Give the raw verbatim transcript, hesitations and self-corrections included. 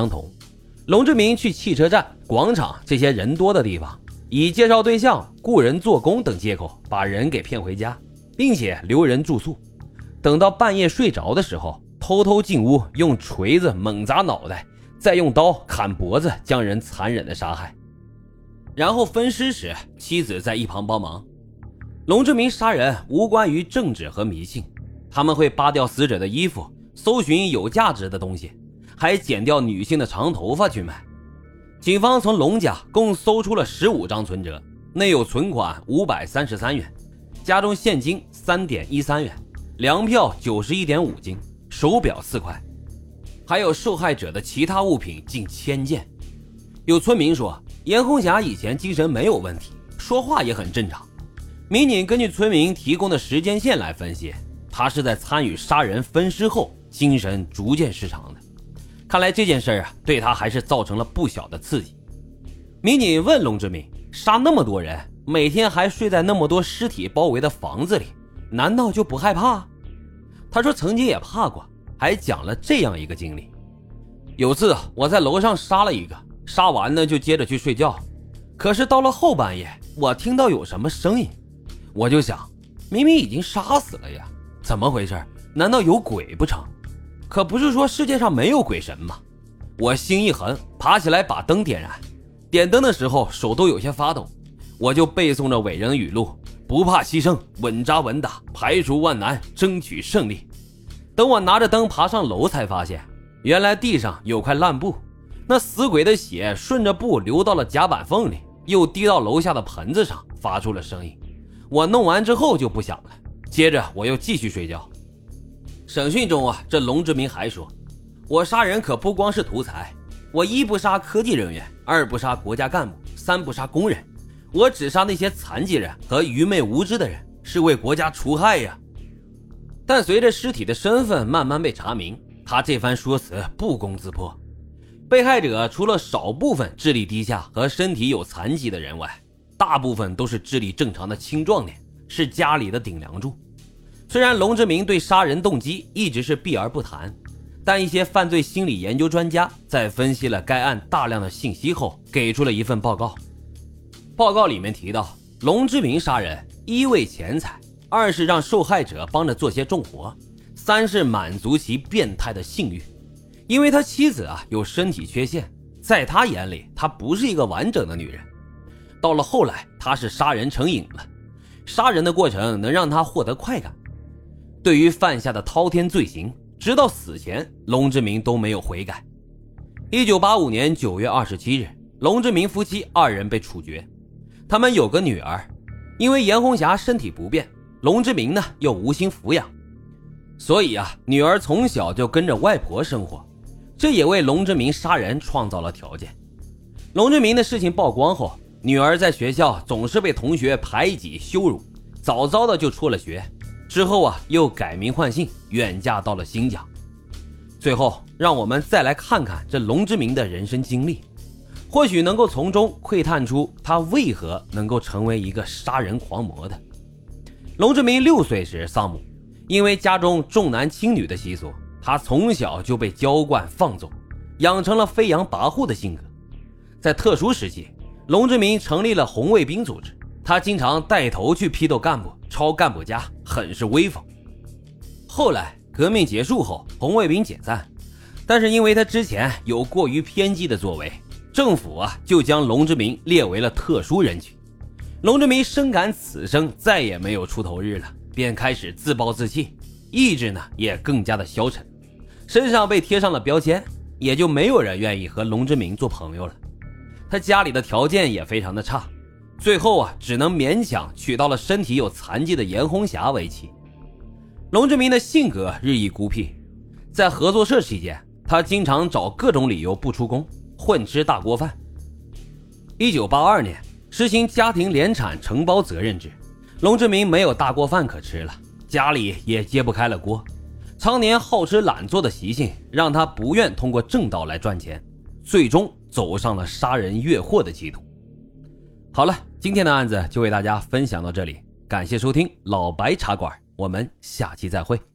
相同。龙志明去汽车站、广场这些人多的地方，以介绍对象、雇人做工等借口把人给骗回家，并且留人住宿。等到半夜睡着的时候，偷偷进屋，用锤子猛砸脑袋，再用刀砍脖子，将人残忍的杀害。然后分尸时，妻子在一旁帮忙。龙志明杀人无关于政治和迷信，他们会扒掉死者的衣服，搜寻有价值的东西，还剪掉女性的长头发去卖。警方从龙家共搜出了十五张存折，内有存款五百三十三元，家中现金 三点一三元，粮票 九十一点五斤，手表四块，还有受害者的其他物品近千件。有村民说，严红霞以前精神没有问题，说话也很正常。民警根据村民提供的时间线来分析，他是在参与杀人分尸后精神逐渐失常的。看来这件事啊，对他还是造成了不小的刺激。民警问龙志明，杀那么多人，每天还睡在那么多尸体包围的房子里，难道就不害怕？他说曾经也怕过，还讲了这样一个经历。有次我在楼上杀了一个，杀完呢就接着去睡觉，可是到了后半夜，我听到有什么声音，我就想，明明已经杀死了呀，怎么回事？难道有鬼不成？可不是说世界上没有鬼神吗？我心一横，爬起来把灯点燃。点灯的时候手都有些发抖，我就背诵着伟人语录，不怕牺牲，稳扎稳打，排除万难，争取胜利。等我拿着灯爬上楼才发现，原来地上有块烂布，那死鬼的血顺着布流到了甲板缝里，又滴到楼下的盆子上，发出了声音。我弄完之后就不响了，接着我又继续睡觉。审讯中啊，这龙志明还说，我杀人可不光是图财，我一不杀科技人员，二不杀国家干部，三不杀工人，我只杀那些残疾人和愚昧无知的人，是为国家除害呀。但随着尸体的身份慢慢被查明，他这番说辞不攻自破。被害者除了少部分智力低下和身体有残疾的人外，大部分都是智力正常的青壮年，是家里的顶梁柱。虽然龙志明对杀人动机一直是避而不谈，但一些犯罪心理研究专家在分析了该案大量的信息后，给出了一份报告。报告里面提到，龙志明杀人，一为钱财，二是让受害者帮着做些重活，三是满足其变态的性欲。因为他妻子啊有身体缺陷，在他眼里她不是一个完整的女人。到了后来，他是杀人成瘾了，杀人的过程能让他获得快感。对于犯下的滔天罪行，直到死前，龙志明都没有悔改。一九八五年九月二十七日，龙志明夫妻二人被处决。他们有个女儿，因为严红霞身体不便，龙志明呢又无心抚养，所以啊，女儿从小就跟着外婆生活，这也为龙志明杀人创造了条件。龙志明的事情曝光后，女儿在学校总是被同学排挤羞辱，早早的就辍了学。之后啊，又改名换姓，远嫁到了新疆。最后，让我们再来看看这龙志明的人生经历，或许能够从中窥探出他为何能够成为一个杀人狂魔的。龙志明六岁时丧母，因为家中重男轻女的习俗，他从小就被娇惯放纵，养成了飞扬跋扈的性格。在特殊时期，龙志明成立了红卫兵组织，他经常带头去批斗干部，抄干部家，很是威风。后来革命结束后，红卫兵解散，但是因为他之前有过于偏激的作为，政府啊就将龙志明列为了特殊人群。龙志明深感此生再也没有出头日了，便开始自暴自弃，意志呢也更加的消沉，身上被贴上了标签，也就没有人愿意和龙志明做朋友了。他家里的条件也非常的差，最后啊只能勉强娶到了身体有残疾的严红霞为妻。龙志明的性格日益孤僻，在合作社期间，他经常找各种理由不出工，混吃大锅饭。一九八二年实行家庭联产承包责任制，龙志明没有大锅饭可吃了，家里也揭不开了锅，常年好吃懒做的习性让他不愿通过正道来赚钱，最终走上了杀人越货的歧途。好了，今天的案子就为大家分享到这里，感谢收听老白茶馆，我们下期再会。